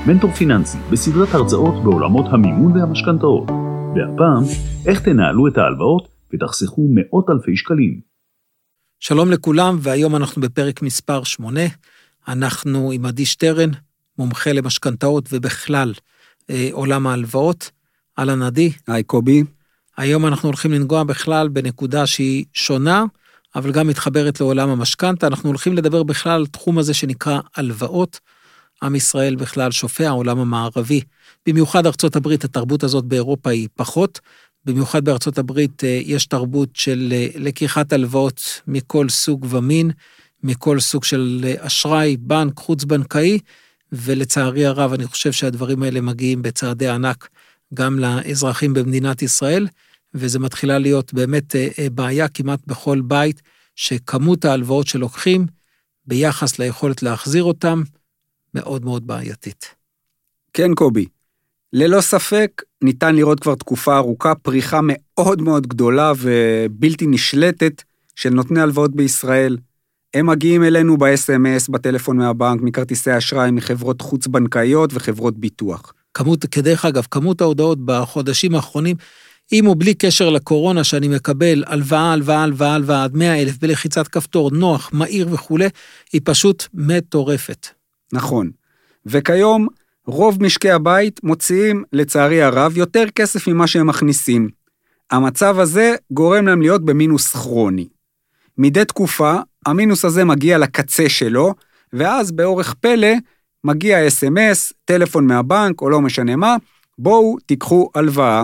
מנטור פיננסי בסדרת הרצאות בעולמות המימון והמשכנתאות. והפעם, איך תנהלו את ההלוואות ותחסכו מאות אלפי שקלים. שלום לכולם, והיום אנחנו בפרק מספר 8. אנחנו עם עדי שטרן, מומחה למשכנתאות ובכלל עולם ההלוואות. אהלן עדי. היי קובי. היום אנחנו הולכים לנגוע בכלל בנקודה שהיא שונה, אבל גם מתחברת לעולם המשכנתא. אנחנו הולכים לדבר בכלל על תחום הזה שנקרא הלוואות. עם ישראל בכלל שופע, העולם המערבי. במיוחד ארצות הברית, התרבות הזאת באירופה היא פחות. במיוחד בארצות הברית יש תרבות של לקיחת הלוואות מכל סוג ומין, מכל סוג של אשראי, בנק, חוץ בנקאי, ולצערי הרב אני חושב שהדברים האלה מגיעים בצעדי ענק גם לאזרחים במדינת ישראל, וזה מתחילה להיות באמת בעיה כמעט בכל בית, שכמות ההלוואות שלוקחים ביחס ליכולת להחזיר אותם, מאוד מאוד בעייתית. כן קובי, ללא ספק ניתן לראות כבר תקופה ארוכה פריחה מאוד מאוד גדולה ובלתי נשלטת של נותני הלוואות בישראל. הם מגיעים אלינו ב-SMS, בטלפון מהבנק, מכרטיסי אשראי, מחברות חוץ בנקאיות וחברות ביטוח. כדרך אגב, כמות ההודעות בחודשים האחרונים, אם הוא בלי קשר לקורונה שאני מקבל הלוואה עד 100,000 בלחיצת כפתור, נוח, מהיר וכו', היא פשוט מטורפת. נכון, וכיום רוב משקי הבית מוציאים לצערי הרב יותר כסף ממה שהם מכניסים. המצב הזה גורם להם להיות במינוס כרוני. מדי תקופה המינוס הזה מגיע לקצה שלו, ואז באורך פלא מגיע SMS, טלפון מהבנק או לא משנה מה, בואו תיקחו הלוואה,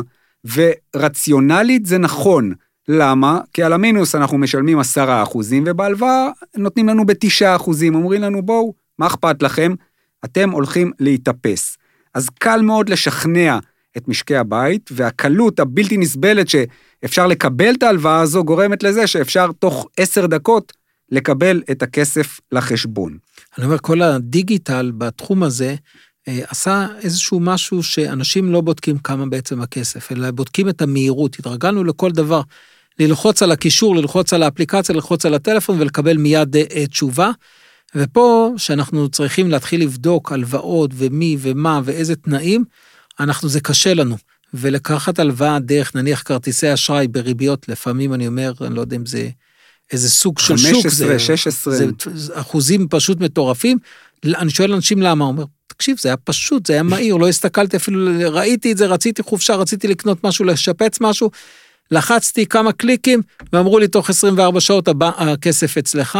ורציונלית זה נכון. למה? כי על המינוס אנחנו משלמים 10%, ובהלוואה נותנים לנו ב9%, אומרים לנו בואו, מה אכפת לכם? אתם הולכים להתאפס. אז קל מאוד לשכנע את משקי הבית, והקלות הבלתי נסבלת שאפשר לקבל את ההלוואה הזו, גורמת לזה שאפשר תוך 10 דקות לקבל את הכסף לחשבון. אני אומר, כל הדיגיטל בתחום הזה, עשה איזשהו משהו שאנשים לא בודקים כמה בעצם הכסף, אלא בודקים את המהירות. התרגלנו לכל דבר, ללחוץ על הקישור, ללחוץ על האפליקציה, ללחוץ על הטלפון ולקבל מיד תשובה. ופה שאנחנו צריכים להתחיל לבדוק הלוואות ומי ומה ואיזה תנאים, זה קשה לנו. ולקחת הלוואה דרך נניח כרטיסי אשראי בריביות, לפעמים אני אומר, אני לא יודע אם זה איזה סוג של שוק, 16. זה אחוזים פשוט מטורפים. אני שואל אנשים למה, אומר, תקשיב, זה היה פשוט, זה היה מהיר, לא הסתכלתי אפילו, ראיתי את זה, רציתי חופשה, רציתי לקנות משהו, לשפץ משהו, לחצתי כמה קליקים, ואמרו לי תוך 24 שעות הכסף אצלך,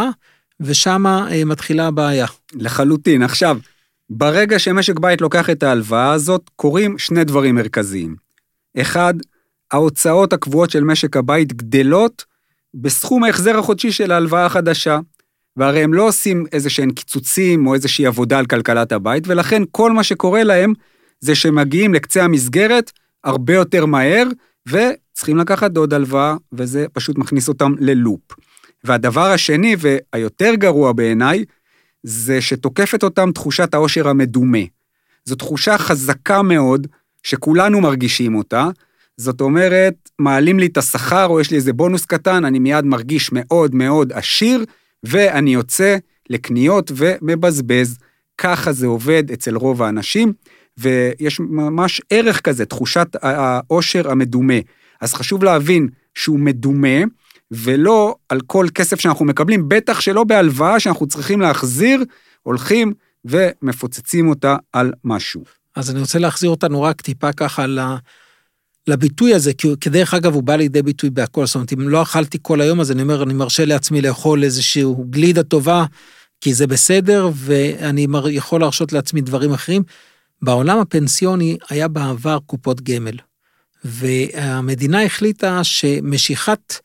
ושם מתחילה הבעיה. לחלוטין. עכשיו, ברגע שמשק בית לוקח את ההלוואה הזאת, קורים שני דברים מרכזיים. אחד, ההוצאות הקבועות של משק הבית גדלות, בסכום ההחזר החודשי של ההלוואה החדשה, והרי הם לא עושים איזשהם קיצוצים, או איזושהי עבודה על כלכלת הבית, ולכן כל מה שקורה להם, זה שמגיעים לקצה המסגרת, הרבה יותר מהר, וצריכים לקחת עוד הלוואה, וזה פשוט מכניס אותם ללופ. והדבר השני, והיותר גרוע בעיניי, זה שתוקפת אותם תחושת העושר המדומה. זו תחושה חזקה מאוד, שכולנו מרגישים אותה, זאת אומרת, מעלים לי את השכר, או יש לי איזה בונוס קטן, אני מיד מרגיש מאוד מאוד עשיר, ואני יוצא לקניות ומבזבז. ככה זה עובד אצל רוב האנשים, ויש ממש ערך כזה, תחושת העושר המדומה. אז חשוב להבין שהוא מדומה, ולא על כל כסף שאנחנו מקבלים, בטח שלא בהלוואה שאנחנו צריכים להחזיר, הולכים ומפוצצים אותה על משהו. אז אני רוצה להחזיר אותנו רק טיפה ככה לביטוי הזה, כי כדרך אגב הוא בא לידי ביטוי בהכל, זאת אומרת, אם לא אכלתי כל היום, אז אני אומר, אני מרשה לעצמי לאכול איזשהו גלידה טובה, כי זה בסדר, ואני יכול להרשות לעצמי דברים אחרים. בעולם הפנסיוני היה בעבר קופות גמל, והמדינה החליטה שמשיכת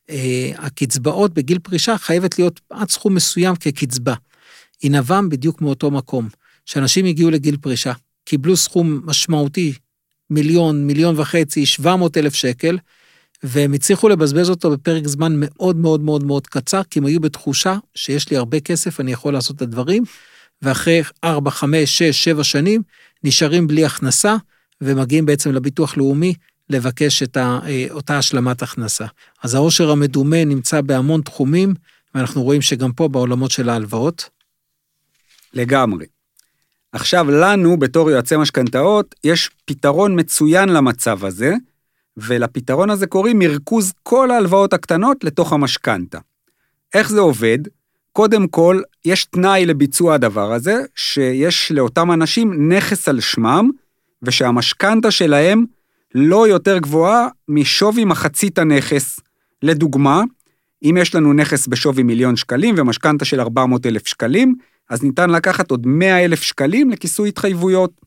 הקצבאות בגיל פרישה חייבת להיות עד סכום מסוים כקצבה. היא נבעה בדיוק מאותו מקום, שאנשים הגיעו לגיל פרישה, קיבלו סכום משמעותי, 1,000,000, 1,500,000, 700,000 שקל, והם הצליחו לבזבז אותו בפרק זמן מאוד מאוד מאוד מאוד קצר, כי הם היו בתחושה שיש לי הרבה כסף, אני יכול לעשות את הדברים, ואחרי 4, 5, 6, 7 שנים, נשארים בלי הכנסה, ומגיעים בעצם לביטוח לאומי, לבקש את אותה השלמת הכנסה. אז העושר המדומה נמצא בהמון תחומים, ואנחנו רואים שגם פה בעולמות של ההלוואות. לגמרי. עכשיו לנו, בתור יועצי משכנתאות, יש פתרון מצוין למצב הזה, ולפתרון הזה קוראים מרכוז כל ההלוואות הקטנות לתוך המשכנתה. איך זה עובד? קודם כל, יש תנאי לביצוע הדבר הזה, שיש לאותם אנשים נכס על שמם, ושהמשכנתה שלהם לא יותר גבוהה משווי מחצית הנכס. לדוגמה, אם יש לנו נכס בשווי 1,000,000 שקלים, ומשכנתה של 400,000 שקלים, אז ניתן לקחת עוד 100,000 שקלים לכיסוי התחייבויות.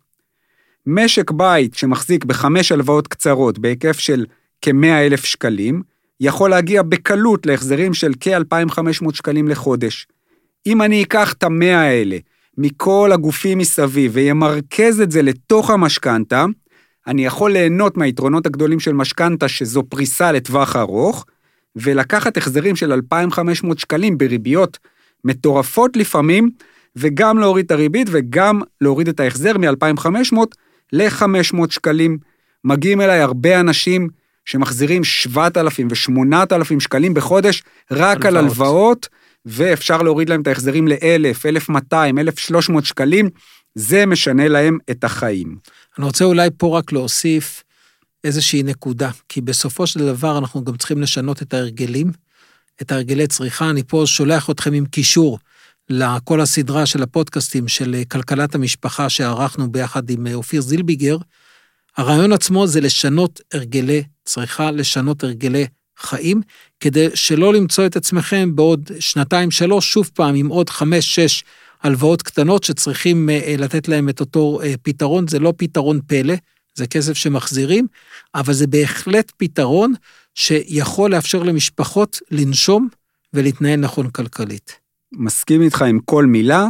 משק בית שמחזיק ב5 הלוואות קצרות בהיקף של כ100,000 שקלים, יכול להגיע בקלות להחזרים של כ2,500 שקלים לחודש. אם אני אקח את 100 האלה מכל הגופים מסביב וימרכז את זה לתוך המשכנתה, אני יכול ליהנות מהיתרונות הגדולים של משכנתה שזו פריסה לטווח ארוך, ולקחת החזרים של 2,500 שקלים בריביות מטורפות לפעמים, וגם להוריד את הריבית וגם להוריד את ההחזר מ-2,500 ל-500 שקלים. מגיעים אליי הרבה אנשים שמחזירים 7,000 ו-8,000 שקלים בחודש רק על הלוואות, ואפשר להוריד להם את ההחזרים ל-1,000, 1,200, 1,300 שקלים, זה משנה להם את החיים. אני רוצה אולי פה רק להוסיף איזושהי נקודה, כי בסופו של דבר אנחנו גם צריכים לשנות את ההרגלים, את הרגלי צריכה. אני פה שולח אתכם עם קישור לכל הסדרה של הפודקאסטים של כלכלת המשפחה שערכנו ביחד עם אופיר זילביגר. הרעיון עצמו זה לשנות הרגלי צריכה, לשנות הרגלי חיים, כדי שלא למצוא את עצמכם בעוד 2-3, שוב פעם עם עוד 5-6 הלוואות קטנות שצריכים לתת להם את אותו פתרון. זה לא פתרון פלא, זה כסף שמחזירים, אבל זה בהחלט פתרון שיכול לאפשר למשפחות לנשום ולהתנהל נכון כלכלית. מסכים איתך עם כל מילה,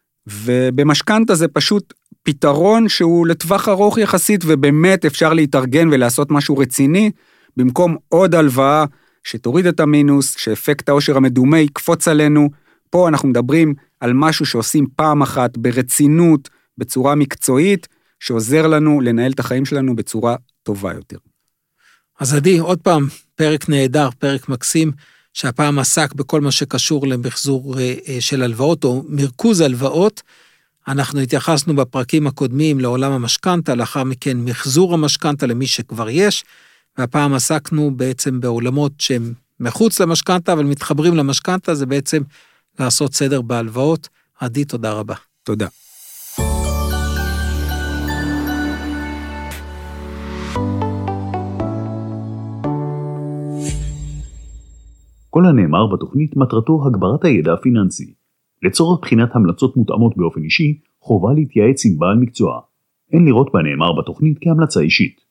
ובמשכנתה זה פשוט פתרון שהוא לטווח ארוך יחסית, ובאמת אפשר להתארגן ולעשות משהו רציני, במקום עוד הלוואה שתוריד את המינוס, שאפקט העושר המדומה יקפוץ עלינו. פה אנחנו מדברים על משהו שעושים פעם אחת ברצינות, בצורה מקצועית, שעוזר לנו לנהל את החיים שלנו בצורה טובה יותר. אז עדי, עוד פעם, פרק נהדר, פרק מקסים, שהפעם עסק בכל מה שקשור למחזור של הלוואות, או מרכוז הלוואות. אנחנו התייחסנו בפרקים הקודמים לעולם המשכנתה, לאחר מכן מחזור המשכנתה למי שכבר יש, והפעם עסקנו בעצם בעולמות שהם מחוץ למשכנתה, אבל מתחברים למשכנתה, זה בעצם לעשות סדר בהלוואות. עדי, תודה רבה. תודה. כל הנאמר בתוכנית מטרתו הגברת הידע הפיננסי. לצורך בחינת המלצות מותאמות באופן אישי, חובה להתייעץ עם בעל מקצוע. אין לראות בנאמר בתוכנית כהמלצה אישית.